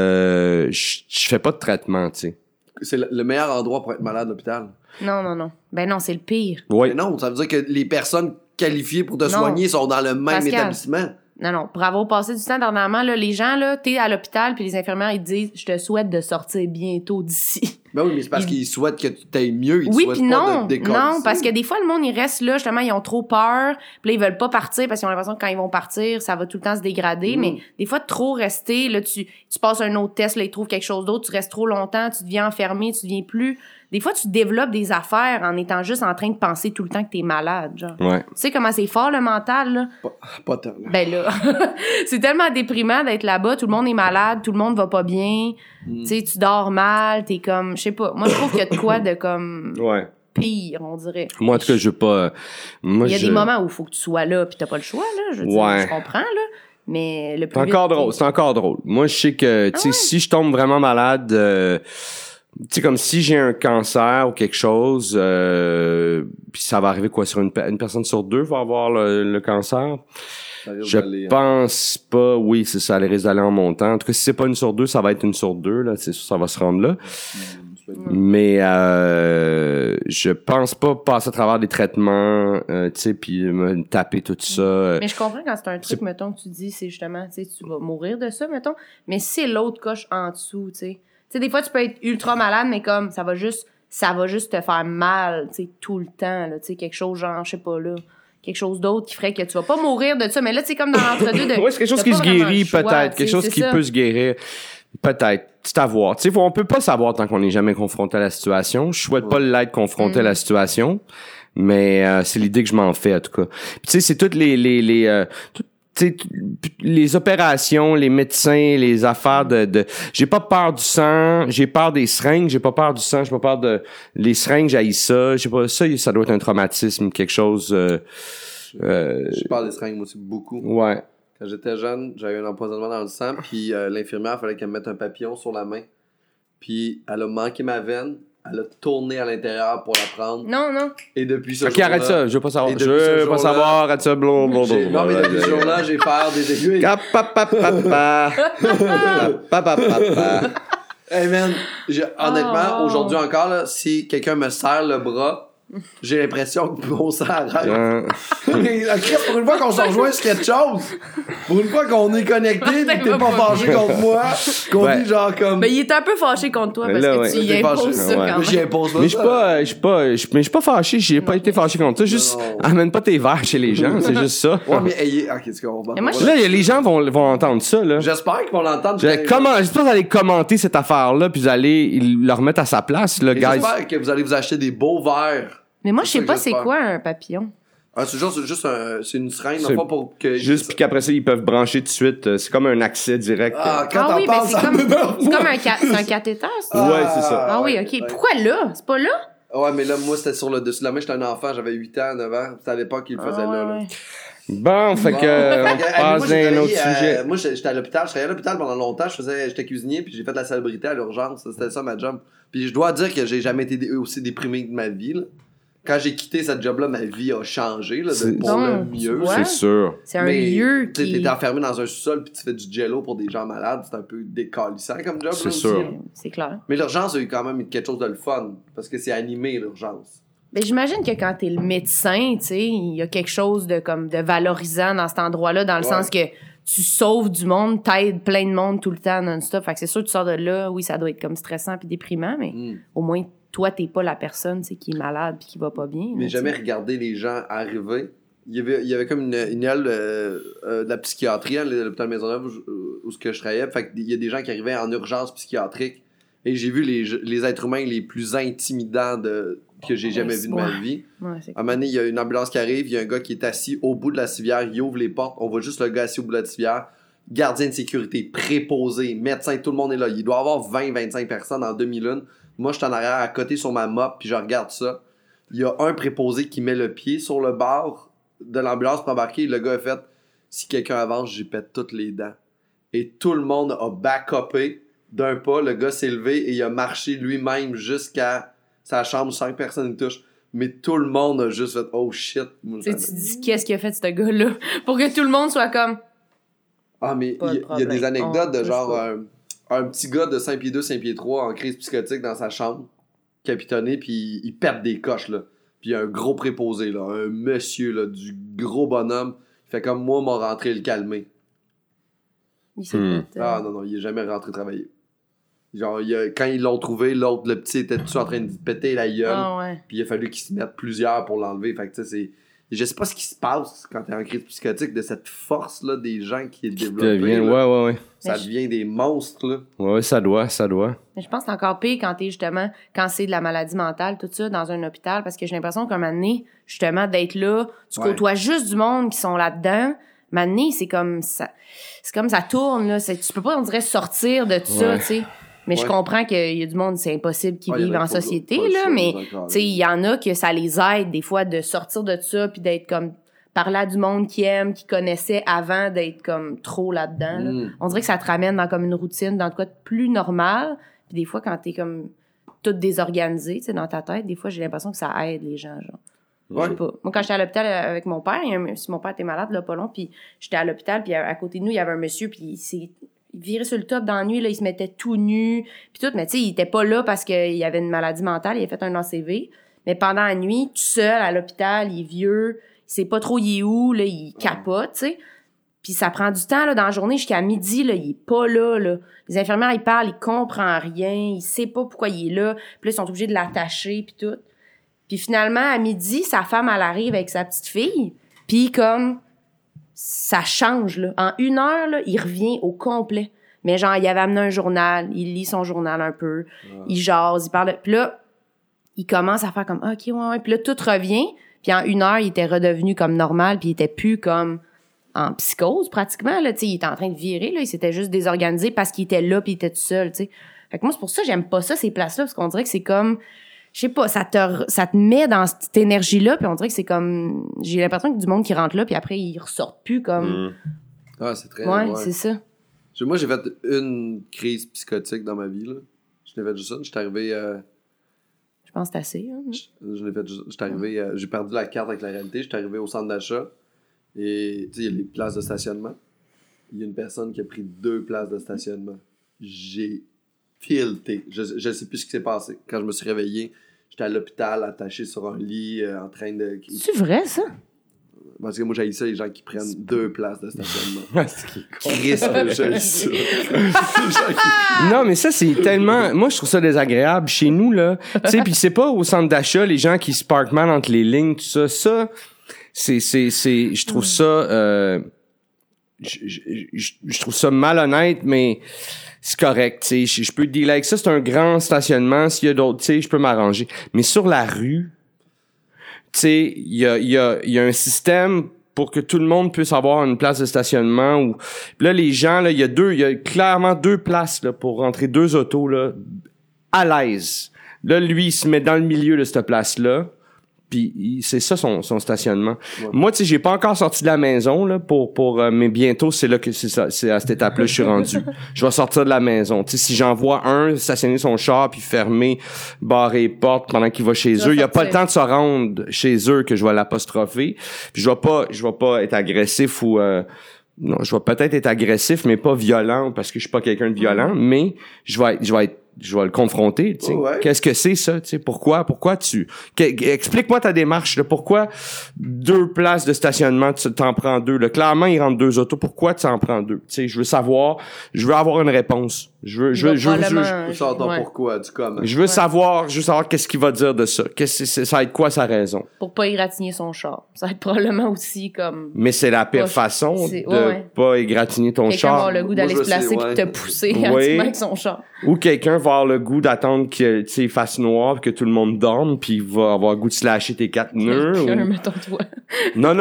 je fais pas de traitement, tu sais. C'est le meilleur endroit pour être malade, l'hôpital. Non. Ben non, c'est le pire. Oui. Mais non, ça veut dire que les personnes qualifiées pour te soigner sont dans le même établissement. Non. Pour avoir passé du temps dernièrement, là, les gens, là, t'es à l'hôpital puis les infirmières, ils te disent, je te souhaite de sortir bientôt d'ici. Ben oui, mais c'est parce qu'ils souhaitent que tu t'ailles mieux. Ils oui, souhaitent puis pas de décoller. Non, parce que des fois, le monde, ils restent là, justement, ils ont trop peur. Puis là, ils veulent pas partir parce qu'ils ont l'impression que quand ils vont partir, ça va tout le temps se dégrader. Mais des fois, trop rester, là, tu passes un autre test, là, ils trouvent quelque chose d'autre, tu restes trop longtemps, tu deviens enfermé, tu deviens plus... Des fois, tu développes des affaires en étant juste en train de penser tout le temps que t'es malade, genre. Ouais. Tu sais comment c'est fort, le mental, là? Pas tant. Là. Ben là, c'est tellement déprimant d'être là-bas. Tout le monde est malade, tout le monde va pas bien. Tu sais, tu dors mal, t'es comme... Je sais pas. Moi, je trouve qu'il y a de quoi de comme... Ouais. Pire, on dirait. Moi, en tout cas, je veux pas... Il y a des moments où il faut que tu sois là pis t'as pas le choix, là. Je veux dire, je comprends, là. Mais le plus c'est encore drôle. Moi, je sais que, tu sais, si je tombe vraiment malade... tu sais, comme si j'ai un cancer ou quelque chose, puis ça va arriver quoi, sur une personne sur deux va avoir le cancer. Je pense pas, oui, c'est ça, les risques d'aller en montant. En tout cas, si c'est pas une sur deux, ça va être une sur deux, là, c'est sûr, ça va se rendre là. Mais je pense pas passer à travers des traitements, tu sais, puis me taper tout ça. Mais je comprends quand c'est un truc, mettons, que tu dis, c'est justement, tu sais, tu vas mourir de ça, mettons. Mais si c'est l'autre coche en dessous, tu sais. Tu sais, des fois, tu peux être ultra malade, mais comme, ça va juste te faire mal, tu sais, tout le temps, là, tu sais, quelque chose genre, je sais pas, là, quelque chose d'autre qui ferait que tu vas pas mourir de ça. Mais là, c'est comme dans l'entre-deux de... Ouais, c'est quelque chose qui se guérit, peut-être. Quelque chose qui peut se guérir. Peut-être. C'est à voir. Tu sais, on peut pas savoir tant qu'on n'est jamais confronté à la situation. Je souhaite pas l'être confronté à la situation, mais c'est l'idée que je m'en fais, en tout cas. Puis tu sais, c'est toutes les opérations, les médecins, les affaires de j'ai pas peur du sang, j'ai peur des seringues, j'ai pas peur du sang, j'ai pas peur de les seringues, j'haïs ça, j'ai pas ça doit être un traumatisme, quelque chose j'ai peur des seringues moi aussi beaucoup. Ouais. Quand j'étais jeune, j'avais un empoisonnement dans le sang, puis l'infirmière, il fallait qu'elle me mette un papillon sur la main. Puis elle a manqué ma veine, elle a tourné à l'intérieur pour la prendre. Non. Et depuis ce jour-là... OK, arrête ça, je veux pas savoir. Arrête ça, blablabla. Non, mais depuis ce jour-là, j'ai peur des aiguilles. Hey man, honnêtement, aujourd'hui encore, là, si quelqu'un me serre le bras, j'ai l'impression que mon sang arrête. Pour une fois qu'on se rejoint sur quelque chose, pour une fois qu'on est connecté, t'es pas fâché contre moi, qu'on dit genre comme... Mais il est un peu fâché contre toi parce que tu y imposes ça quand même. J'y impose pas. Mais je suis pas fâché, j'ai pas été fâché contre toi, juste amène pas tes verres chez les gens, c'est juste ça. Ouais, mais qu'est-ce qu'on va... Là, les gens vont entendre ça, là. J'espère qu'ils vont l'entendre. J'espère que vous allez commenter cette affaire-là, puis vous allez le remettre à sa place, le gars. J'espère que vous allez vous acheter des beaux verres. Mais moi, je sais pas c'est quoi un papillon. C'est une seringue, dans le fond, pour que... Juste, puis qu'après ça, ils peuvent brancher tout de suite. C'est comme un accès direct. Quand t'en parles, c'est comme un cathéter, ça? Ouais, c'est ça. Ah oui, OK. Pourquoi là? C'est pas là? Ouais, mais là, moi, c'était sur le dessus de la main. J'étais un enfant, j'avais 8 ans, 9 ans. C'était à l'époque qu'ils le faisaient là. Bon, fait que on passe à un autre sujet. Moi, j'étais à l'hôpital. Je travaillais à l'hôpital pendant longtemps. J'étais cuisinier, puis j'ai fait de la salubrité à l'urgence. C'était ça, ma job. Puis je dois dire que j'ai jamais été aussi déprimé de ma vie, là. Quand j'ai quitté cette job-là, ma vie a changé, là, pour le mieux. C'est sûr. C'est un lieu qui... T'es enfermé dans un sous-sol puis tu fais du jello pour des gens malades, c'est un peu décalissant comme job. C'est sûr. C'est clair. Mais l'urgence a eu quand même quelque chose de le fun, parce que c'est animé, l'urgence. Mais j'imagine que quand t'es le médecin, tu sais, il y a quelque chose de valorisant dans cet endroit-là, dans le sens que tu sauves du monde, t'aides plein de monde tout le temps non-stop. Fait que c'est sûr que tu sors de là, oui, ça doit être comme stressant puis déprimant, mais au moins toi, t'es pas la personne qui est malade puis qui va pas bien. Mais jamais regarder les gens arriver. Il y avait comme une aile de la psychiatrie, l'hôpital Maisonneuve où je travaillais. Fait qu'il y a des gens qui arrivaient en urgence psychiatrique. Et j'ai vu les êtres humains les plus intimidants que j'ai jamais vus de ma vie. Ouais, à un moment donné, il y a une ambulance qui arrive, il y a un gars qui est assis au bout de la civière, il ouvre les portes, on voit juste le gars assis au bout de la civière. Gardien de sécurité, préposé, médecin, tout le monde est là. Il doit y avoir 20-25 personnes en demi-lune. Moi, je suis en arrière à côté sur ma mop, puis je regarde ça. Il y a un préposé qui met le pied sur le bord de l'ambulance pour embarquer. Le gars a fait « Si quelqu'un avance, j'y pète toutes les dents. » Et tout le monde a back-upé d'un pas. Le gars s'est levé et il a marché lui-même jusqu'à sa chambre sans que personne ne touche. Mais tout le monde a juste fait « Oh shit! » Tu dis qu'est-ce qu'il a fait ce gars-là pour que tout le monde soit comme... Ah, mais il y a des anecdotes de genre... un petit gars de 5 pieds 2, 5 pieds 3 en crise psychotique dans sa chambre, capitonné, puis il perd des coches, là. Puis il y a un gros préposé, là, un monsieur, là, du gros bonhomme. Il fait comme moi, m'a rentré le calmer. Ah non, il est jamais rentré travailler. Genre, quand ils l'ont trouvé, l'autre, le petit, était tout en train de péter la gueule. Puis il a fallu qu'ils se mettent plusieurs pour l'enlever. Fait que tu sais, c'est... Je sais pas ce qui se passe quand t'es en crise psychotique, de cette force-là des gens qui est développée. Ouais. Ça devient des monstres, là. Ouais, ça doit. Mais je pense que c'est encore pire quand quand c'est de la maladie mentale, tout ça, dans un hôpital, parce que j'ai l'impression qu'un moment donné, justement, d'être là, tu côtoies juste du monde qui sont là-dedans. Un moment donné, c'est comme ça tourne, là. Tu peux pas, on dirait, sortir de tout ça, tu sais. Mais je comprends qu'il y a du monde, c'est impossible qu'ils vivent en société, là, mais tu sais, il y en a que ça les aide des fois de sortir de ça puis d'être comme parler à du monde qui aime, qui connaissait avant d'être comme trop là-dedans. Là. On dirait que ça te ramène dans comme une routine, dans quoi de plus normal. Puis des fois, quand t'es comme toute désorganisée, tu sais, dans ta tête, des fois, j'ai l'impression que ça aide les gens, genre. Je sais pas. Moi, quand j'étais à l'hôpital avec mon père, mon père était malade, là, pas long, puis j'étais à l'hôpital, puis à côté de nous, il y avait un monsieur, puis virait sur le top dans la nuit, là, il se mettait tout nu, puis tout, mais tu sais, il était pas là parce qu'il avait une maladie mentale, il a fait un ACV, mais pendant la nuit, tout seul, à l'hôpital, il est vieux, il sait pas trop il est où, là, il capote, tu sais. Puis ça prend du temps, là, dans la journée, jusqu'à midi, là, il est pas là, là. Les infirmières, ils parlent, il comprend rien, il sait pas pourquoi il est là, puis là, ils sont obligés de l'attacher, puis tout. Puis finalement, à midi, sa femme, elle arrive avec sa petite fille, puis comme, ça change, là. En 1 heure, là, il revient au complet. Mais genre, il avait amené un journal, il lit son journal un peu, il jase, il parle, puis là, il commence à faire comme, OK, ouais, puis là, tout revient, puis en 1 heure, il était redevenu comme normal, puis il était plus comme en psychose, pratiquement, là, tu sais, il était en train de virer, là, il s'était juste désorganisé parce qu'il était là, puis il était tout seul, tu sais. Fait que moi, c'est pour ça que j'aime pas ça, ces places-là, parce qu'on dirait que c'est comme, je sais pas, ça te met dans cette énergie-là, puis on dirait que c'est comme, j'ai l'impression que du monde qui rentre là, puis après, ils ressortent plus comme... Ah, c'est très... Ouais, c'est ça. Moi, j'ai fait une crise psychotique dans ma vie, là. Je l'ai fait juste ça, j'étais arrivé... Je pense que c'est assez, hein. J'étais arrivé... j'ai perdu la carte avec la réalité, j'étais arrivé au centre d'achat, et, tu sais, il y a les places de stationnement. Il y a une personne qui a pris 2 places de stationnement. J'ai tilté. Je sais plus ce qui s'est passé. Quand je me suis réveillé, j'étais à l'hôpital, attaché sur un lit, en train de... C'est vrai, ça? Parce que moi, j'ai ça, les gens qui prennent 2 places de stationnement. Chris, j'ai ça. Non, mais ça, c'est tellement... Moi, je trouve ça désagréable. Chez nous, là, tu sais, puis c'est pas au centre d'achat, les gens qui se parkent mal entre les lignes, tout ça. Ça, je trouve ça... je trouve ça malhonnête, mais c'est correct, tu sais. Je peux dealer avec ça. C'est un grand stationnement. S'il y a d'autres, tu sais, je peux m'arranger. Mais sur la rue... Tu sais, il y a un système pour que tout le monde puisse avoir une place de stationnement où là les gens là, il y a clairement 2 places là pour rentrer 2 autos là à l'aise. Là lui il se met dans le milieu de cette place là. Puis c'est ça son stationnement. Ouais. Moi tu sais j'ai pas encore sorti de la maison là pour mais bientôt c'est là que c'est à cette étape-là je suis rendu. Je vais sortir de la maison. Tu sais si j'en vois un stationner son char puis fermer barrer les portes pendant qu'il va chez eux, il y a pas le temps de se rendre chez eux que je vais l'apostropher. Puis je vais pas être agressif ou non, je vais peut-être être agressif mais pas violent parce que je suis pas quelqu'un de violent, mais je vais le confronter, tu sais. Ouais. Qu'est-ce que c'est ça, tu sais? Pourquoi explique-moi ta démarche, là. Pourquoi 2 places de stationnement, tu t'en prends 2, là? Clairement, il rentre 2 autos. Pourquoi tu en prends 2? Tu sais, je veux avoir une réponse. Je veux savoir pourquoi, du comment. Je veux savoir qu'est-ce qu'il va dire de ça. Ça va être quoi sa raison? Pour pas égratigner son char. Ça va être probablement aussi comme... Mais c'est la pire façon de pas égratigner ton char. Quelqu'un va avoir le goût d'aller se placer pis te pousser avec son char. Ou quelqu'un va avoir le goût d'attendre que, tu sais, il fasse noir pis que tout le monde dorme pis il va avoir le goût de slasher tes 4 nœuds. Mettons toi. Non.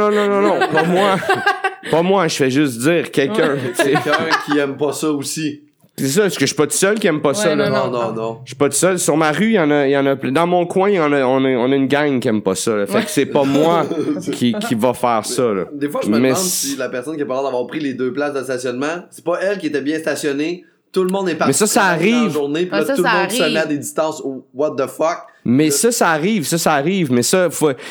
Pas moi, je fais juste dire quelqu'un. Quelqu'un qui aime pas ça aussi. C'est ça, parce que je suis pas tout seul qui aime pas ça, là. Non. Je suis pas tout seul. Sur ma rue, il y en a plein. Dans mon coin, on a une gang qui aime pas ça, là. Fait que c'est pas moi qui va faire ça, là. Des fois, je me demande si la personne qui a pas l'air d'avoir pris les 2 places de stationnement, c'est pas elle qui était bien stationnée. Tout le monde est parti. Mais ça arrive. En journée, puis là, tout le monde se met à des distances. What the fuck? Mais ça arrive. Mais ça,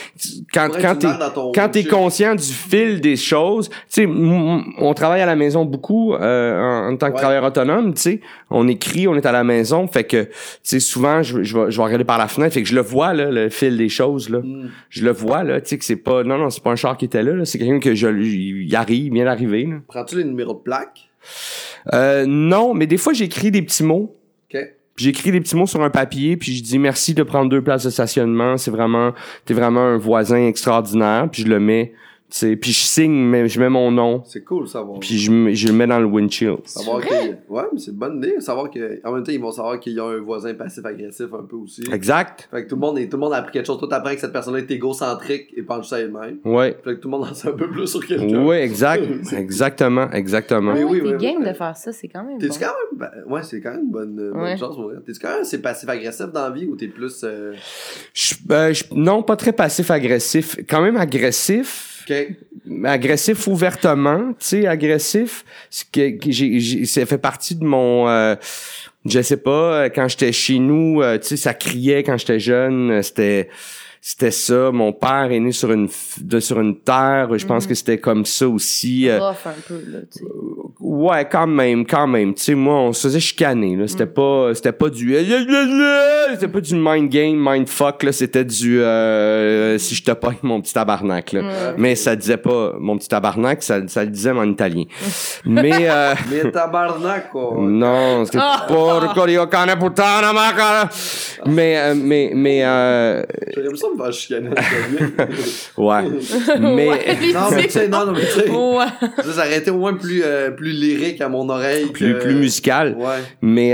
quand t'es conscient du fil des choses, tu sais, on travaille à la maison beaucoup, en tant que travailleur autonome, tu sais. On écrit, on est à la maison. Fait que, tu sais, souvent, je vais regarder par la fenêtre. Fait que je le vois, là, le fil des choses, là. Je le vois, là, tu sais, que c'est pas un char qui était là. C'est quelqu'un que il vient d'arriver, là. Prends-tu les numéros de plaque? Non, mais des fois, j'écris des petits mots. OK. J'écris des petits mots sur un papier, puis je dis merci de prendre 2 places de stationnement. T'es vraiment un voisin extraordinaire, puis je le mets, tu sais, puis je signe, mais je mets mon nom. C'est cool, savoir. Puis je le mets dans le windshield. Ouais, mais c'est une bonne idée. Savoir que, en même temps, ils vont savoir qu'il y a un voisin passif-agressif un peu aussi. Exact. Fait que tout le monde a appris quelque chose. Toi, t'apprends que cette personne-là est égocentrique et pense juste à elle-même. Ouais. Fait que tout le monde en sait un peu plus sur quelqu'un. Ouais, exact. Exactement. T'es game de faire ça, c'est quand même. T'es-tu quand même, ouais, c'est quand même une bonne chance pour vrai. T'es-tu quand même assez passif-agressif dans la vie ou t'es plus, non, pas très passif-agressif. Quand même agressif. Okay. Agressif ouvertement, tu sais, agressif, ça fait partie de mon je sais pas, quand j'étais chez nous, tu sais, ça criait quand j'étais jeune, c'était ça. Mon père est né sur une terre, je pense que c'était comme ça aussi. Rough un peu, là, tu sais. Ouais, quand même. Tu sais, moi, on se faisait chicaner, là. C'était pas du mind game, mind fuck, là. C'était du, si je te pogne mon petit tabarnak, là. Mais ça disait pas mon petit tabarnak, ça le disait en italien. Mais tabarnak, quoi. Non, c'était porco io cane puttana maca. Mais j'aurais ça me faire chicaner en italien. Ouais. Mais mais tu sais, ça aurait été au moins plus lyrique à mon oreille. Plus musical. Ouais. Mais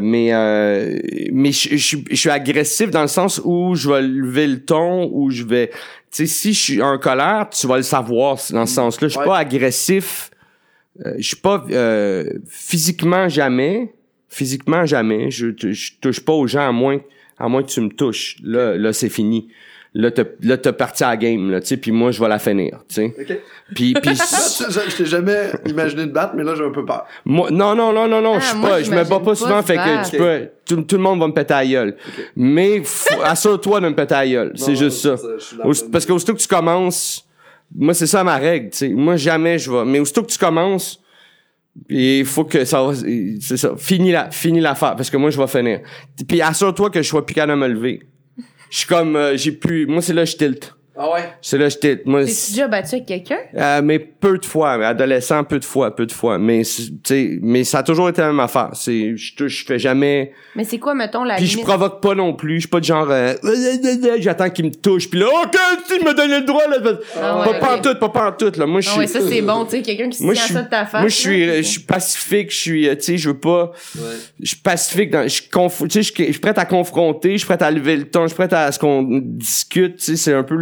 je suis agressif dans le sens où je vais lever le ton, où je vais, tu sais, si je suis en colère, tu vas le savoir dans ce sens-là. Je suis pas agressif. Je suis pas physiquement jamais. Je touche pas aux gens à moins que tu me touches. Là c'est fini. Là t'as parti à la game, là, tu sais, puis moi je vais la finir, tu sais. OK. Puis je t'ai jamais imaginé de battre, mais là j'ai un peu peur. Moi non, je me bats pas souvent, fait que tu peux tout le monde va me péter à la gueule. Okay. Mais assure-toi de me péter à la gueule, c'est juste ça. Parce que aussitôt que tu commences, moi c'est ça ma règle, tu sais. Moi jamais je vais, mais aussitôt que tu commences, il faut que ça va, c'est ça, finis l'affaire parce que moi je vais finir. Puis assure-toi que je sois plus capable de me lever. Je suis comme moi c'est là je tilte. Ah ouais? C'est là je tilte. Moi, t'es-tu déjà battu avec quelqu'un? Mais peu de fois, mais adolescent peu de fois. Mais tu sais, mais ça a toujours été la même affaire. C'est je fais jamais. Mais c'est quoi mettons la limite? Puis je provoque pas non plus, je suis pas de genre j'attends qu'il me touche puis là OK, tu me donnes le droit là. Pas en tout là. Moi je suis ça c'est bon, tu sais, quelqu'un qui se tient à ça de ta face. Moi je suis pacifique, tu sais, je veux pas je suis pacifique tu sais, je suis prêt à confronter, je suis prêt à lever le ton, je suis prêt à ce qu'on discute, tu sais, c'est un peu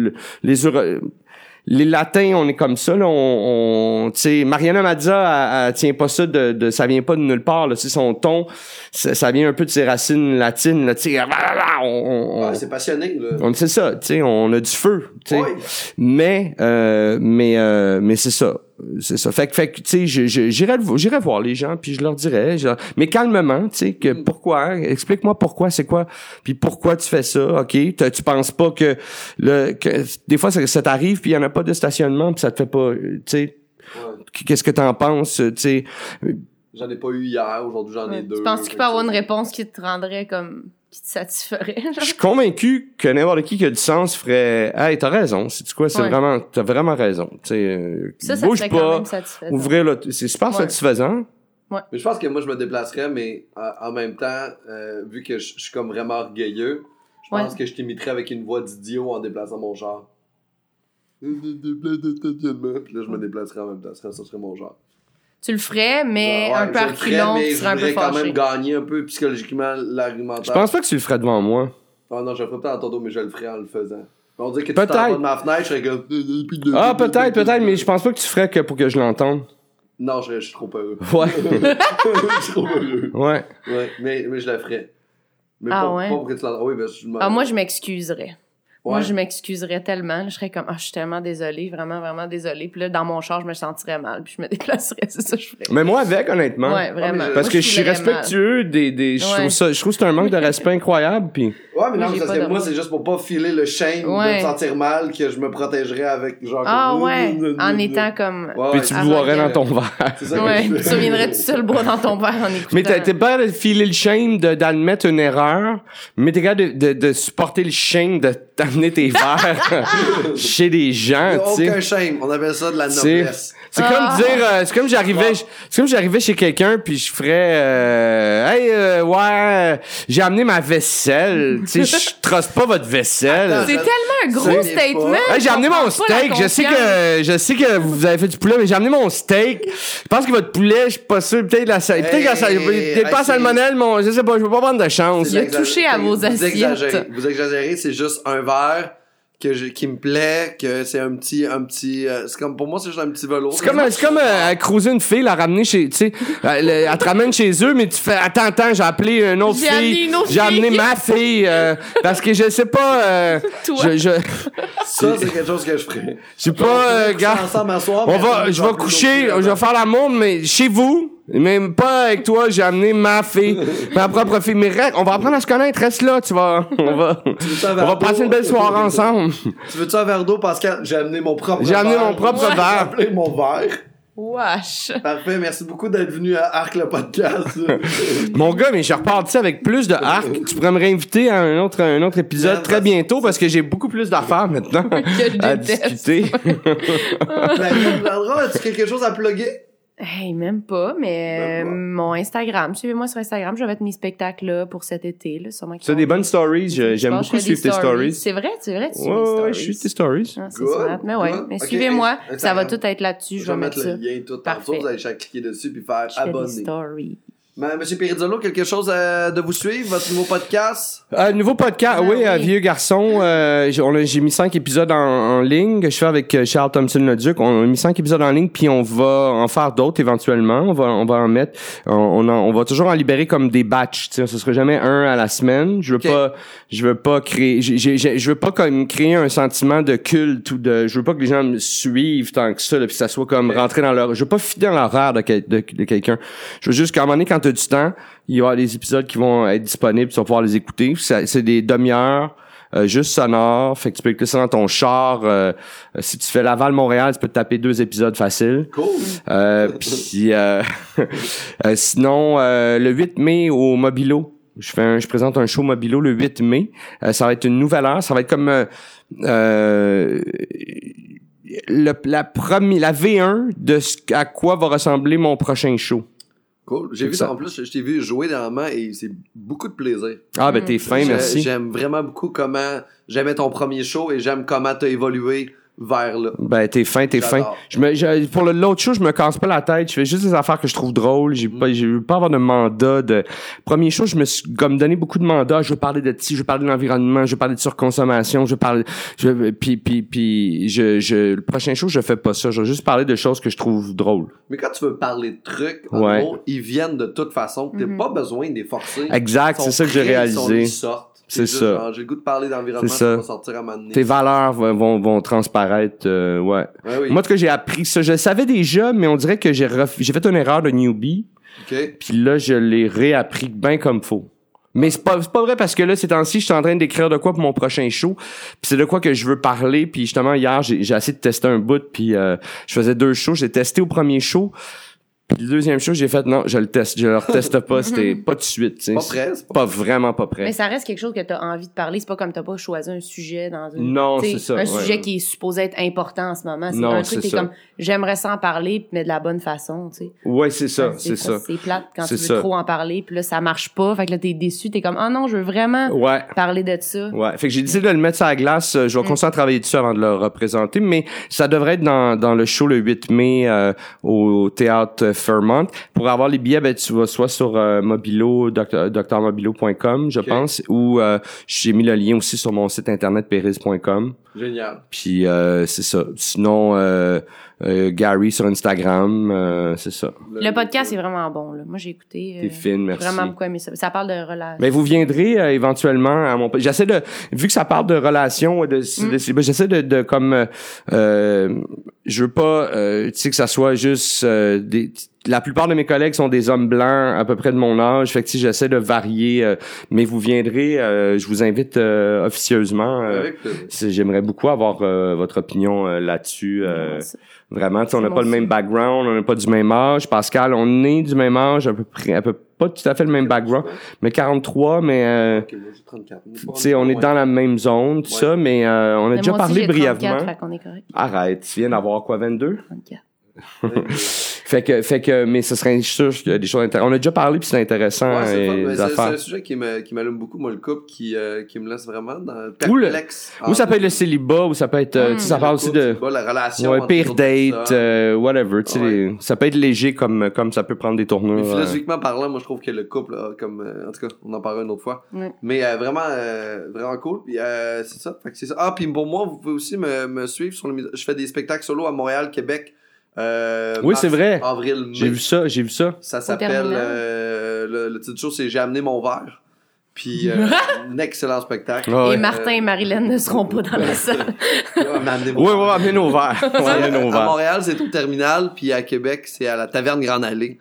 les latins, on est comme ça là, on tu sais, Mariana Mazza elle tient pas ça de ça vient pas de nulle part là, tu sais, son ton ça vient un peu de ses racines latines là, tu sais, c'est passionné là. On sait ça, tu sais, on a du feu, tu sais. Ouais. Mais c'est ça. C'est ça. Fait que tu sais, j'irai voir les gens puis je leur dirais, mais calmement, tu sais, que pourquoi, explique-moi pourquoi, c'est quoi, puis pourquoi tu fais ça, OK? Tu penses pas que des fois ça t'arrive puis il y en a pas de stationnement puis ça te fait pas, tu sais. Qu'est-ce que t'en penses, tu sais? J'en ai pas eu hier, aujourd'hui j'en ai 2. Tu penses qu'il peut y avoir une réponse qui te rendrait comme qui te satisferait? Je suis convaincu que n'importe qui a du sens ferait hey, t'as raison, c'est quoi, t'as vraiment raison. Tu sais, bouge pas, ouvrir là, c'est super satisfaisant. Ouais. Mais je pense que moi je me déplacerais, mais en même temps, vu que je suis comme vraiment orgueilleux, je pense que je t'imiterais avec une voix d'idiot en déplaçant mon genre. Puis là je me déplacerais en même temps, ça serait mon genre. Tu le ferais, mais un peu reculant, tu serais un peu fâché. quand même gagner un peu psychologiquement l'argumentaire. Je pense pas que tu le ferais devant moi. Ah non, je le ferais pas dans ton dos, mais je le ferais en le faisant. On dirait que tu t'en vas de ma fenêtre, je serais comme... peut-être, mais je pense pas que tu ferais que pour que je l'entende. Non, je suis trop heureux. Ouais. Je suis trop heureux. Ouais. Ouais, mais je le ferais. Mais pas pour que tu l'entendes. Oui, ben, moi, je m'excuserais. Ouais. Moi, je m'excuserais tellement. Je serais comme, je suis tellement désolée, vraiment, vraiment désolée. Puis là, dans mon char, je me sentirais mal. Puis je me déplacerais, c'est ça que je ferais. Mais moi, honnêtement. Ouais, vraiment. Parce que je suis respectueux je trouve que c'est un manque de respect incroyable. Puis... Ouais, mais non, parce que moi, c'est juste pour pas filer le shame de me sentir mal que je me protégerais avec genre. En étant comme. Puis tu boirais dans ton verre. C'est ça que tu reviendrais tout seul boire dans ton verre en écoutant. Mais t'es pas de filer le shame d'admettre une erreur, mais t'es capable de supporter le shame de t'amener tes verres chez des gens, tu sais. Aucun shame, on appelle ça de la noblesse. C'est comme dire, c'est comme j'arrivais chez quelqu'un puis je ferais, j'ai amené ma vaisselle, tu sais, je trosse pas votre vaisselle. C'est tellement un gros statement. J'ai amené mon steak, je sais que vous avez fait du poulet, mais j'ai amené mon steak. Je pense que votre poulet, je suis pas sûr, peut-être pas salmonelle, mais je sais pas, je veux pas prendre de chance. Il a touché à vos assiettes. Vous exagérez, c'est juste un verre qui me plaît, que c'est un petit c'est comme pour moi c'est juste un petit velours. C'est comme cruiser une fille, la ramener chez, tu sais, elle te ramène chez eux, mais tu fais attends, j'ai appelé une autre fille, j'ai amené ma fille parce que je sais pas ça c'est quelque chose que je ferais. Je sais pas gars. Je vais coucher, je vais faire l'amour mais chez vous. Même pas avec toi, j'ai amené ma fille, ma propre fille. Mais on va apprendre à se connaître, reste là, on va passer une belle soirée ensemble. Tu veux-tu un verre d'eau, Pascal? J'ai amené mon propre verre. J'ai appelé mon verre. J'ai appelé mon verre. Wesh. Parfait, merci beaucoup d'être venu à Arc le podcast. Mon gars, mais je reparti avec plus de arc. Tu pourrais me réinviter à un autre épisode très bientôt parce que j'ai beaucoup plus d'affaires maintenant à discuter. Landra, as-tu quelque chose à plugger? Hey, même pas, mais mon Instagram, suivez-moi sur Instagram, je vais mettre mes spectacles là pour cet été. Là, sûrement c'est des bonnes stories, j'aime beaucoup suivre tes stories. C'est vrai, tu suis mes stories. Ouais, je suis tes stories. Ah, c'est smart, mais ouais, mais okay. Suivez-moi, ça va tout être là-dessus, je vais mettre ça. Le lien tout tantôt, vous allez cliquer dessus puis faire abonner. Des stories. Monsieur Perizzolo, quelque chose de vous suivre, votre nouveau podcast? Nouveau podcast, oui. Vieux garçon. J'ai mis 5 épisodes en ligne que je fais avec Charles Thompson-Leduc. On a mis 5 épisodes en ligne, puis on va en faire d'autres éventuellement. On va en mettre. On va toujours en libérer comme des batchs. Ce serait jamais un à la semaine. Je veux pas créer. Je veux pas comme créer un sentiment de culte ou de. Je veux pas que les gens me suivent tant que ça, là, puis ça soit comme rentrer dans leur. Je veux pas filer dans l'horaire de quelqu'un. Je veux juste qu'à un moment donné, quand t'as du temps, il y aura des épisodes qui vont être disponibles, tu vas pouvoir les écouter. C'est des demi-heures, juste sonores, fait que tu peux écouter ça dans ton char. Si tu fais Laval-Montréal, tu peux te taper 2 épisodes faciles. Cool! Puis sinon, le 8 mai au Mobilo, je présente un show Mobilo le 8 mai. Ça va être une nouvelle heure, ça va être comme la V1 de à quoi va ressembler mon prochain show. Cool. J'ai vu en plus, je t'ai vu jouer dernièrement et c'est beaucoup de plaisir. Ah ben t'es fin, merci. J'aime vraiment beaucoup comment j'aimais ton premier show et j'aime comment t'as évolué vers là. Ben t'es fin. Pour l'autre show, je me casse pas la tête, je fais juste des affaires que je trouve drôles, j'ai pas avoir de mandat de premier show, je me suis comme donné beaucoup de mandats, je veux parler de je veux parler de l'environnement, je veux parler de surconsommation, le prochain show, je fais pas ça, je veux juste parler de choses que je trouve drôles. Mais quand tu veux parler de trucs, en gros, ils viennent de toute façon, t'as pas besoin de les forcer. Exact, c'est ça que j'ai réalisé. C'est ça. Genre, j'ai le goût de parler d'environnement, ça va sortir à un moment donné. Tes valeurs vont transparaître, ouais. Oui. Moi, en tout cas, j'ai appris ça. Je le savais déjà, mais on dirait que j'ai fait une erreur de newbie. OK. Puis là, je l'ai réappris bien comme faut. Mais c'est pas vrai parce que là, ces temps-ci, je suis en train d'écrire de quoi pour mon prochain show. Puis c'est de quoi que je veux parler. Puis justement, hier, j'ai essayé de tester un bout. Puis je faisais 2 shows. J'ai testé au premier show. Puis le deuxième show, j'ai fait non, je le reteste pas, c'était pas tout de suite, tu sais. Pas prêt, vraiment pas prêt. Mais ça reste quelque chose que t'as envie de parler, c'est pas comme t'as pas choisi un sujet dans une non, c'est ça. Un sujet qui est supposé être important en ce moment, c'est un truc qui est comme j'aimerais ça en parler mais de la bonne façon, tu sais. Ouais, c'est ça, c'est ça. C'est plate quand tu veux trop en parler, puis là ça marche pas, fait que là t'es déçu, t'es comme non, je veux vraiment parler de ça. Ouais, fait que j'ai décidé de le mettre sur la glace, je vais continuer à travailler dessus avant de le représenter, mais ça devrait être dans le show le 8 mai au théâtre Fairmont. Pour avoir les billets, ben tu vas soit sur Mobilo, drmobilo.com, je pense, ou j'ai mis le lien aussi sur mon site internet periz.com. Génial. Puis c'est ça. Sinon Gary sur Instagram, c'est ça. Le podcast est vraiment bon là. Moi j'ai écouté. T'es fine, merci. Vraiment beaucoup aimé ça. Ça parle de relations. Mais vous viendrez éventuellement à mon. J'essaie de, vu que ça parle de relations, j'essaie de comme je veux pas, tu sais que ça soit juste la plupart de mes collègues sont des hommes blancs à peu près de mon âge, fait que si j'essaie de varier, mais vous viendrez, je vous invite officieusement. J'aimerais beaucoup avoir votre opinion là-dessus. Vraiment, on n'a pas le même background, on n'a pas du même âge. Pascal, on est du même âge, à peu près, pas tout à fait le même background, mais 43, mais okay, moi, j'ai 34. Tu sais, on est dans la même zone, tout ça, mais on a déjà parlé brièvement. 34, fait qu'on est correct. Arrête, tu viens d'avoir quoi, 22? 34. fait que mais ce serait sûr qu'il y a des choses intéressantes. On a déjà parlé puis c'est intéressant. Ouais, c'est un sujet qui m'allume beaucoup, moi, le couple qui me laisse vraiment dans perplexe. Ou ça peut être le célibat, ou ça peut être ça parle aussi de la relation, pire date, whatever, tu sais, ça peut être léger comme ça peut prendre des tournures. Mais philosophiquement parlant, moi je trouve que le couple comme en tout cas, on en parlera une autre fois. Mais vraiment cool, puis c'est ça. Fait que c'est ça. Ah, puis pour moi, vous pouvez aussi me suivre sur je fais des spectacles solo à Montréal, Québec. Oui, c'est vrai. Avril, mai. J'ai vu ça. Ça s'appelle le titre du show, c'est J'ai amené mon verre. Puis un excellent spectacle. Et Martin et Marilyn ne seront pas dans la salle. Amenez nos verres. À Montréal, c'est au Terminal, puis à Québec, c'est à la Taverne Grande Allée.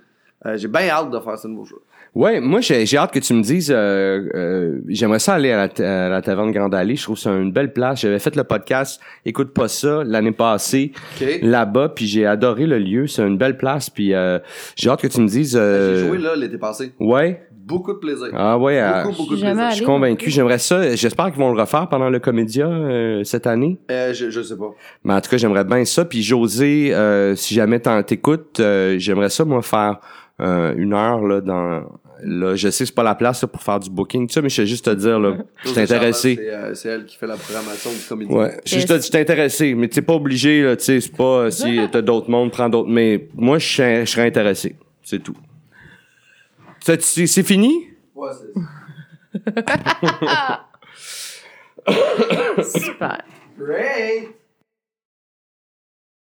J'ai bien hâte de faire ce nouveau jeu. Ouais, moi j'ai hâte que tu me dises j'aimerais ça aller à la Taverne Grande Allée, je trouve que c'est une belle place. J'avais fait le podcast Écoute pas ça l'année passée là-bas, puis j'ai adoré le lieu, c'est une belle place, puis j'ai hâte que tu me dises j'ai joué là l'été passé. Ouais. Beaucoup de plaisir. Ah ouais, beaucoup de plaisir. Je suis convaincu, j'aimerais ça, j'espère qu'ils vont le refaire pendant le Comédia cette année. Je sais pas. Mais en tout cas, j'aimerais bien ça, puis José, si jamais t'écoutes, j'aimerais ça moi faire 1 heure là, je sais que c'est pas la place là, pour faire du booking, tu sais, mais je sais juste te dire là, je suis intéressé. C'est elle qui fait la programmation du comédie. Ouais, je suis intéressé, mais t'es pas obligé là, tu sais, c'est pas si t'as d'autres mondes, prends d'autres, mais moi je serais intéressé, c'est tout. C'est fini? Ouais, c'est ça. Super. Great.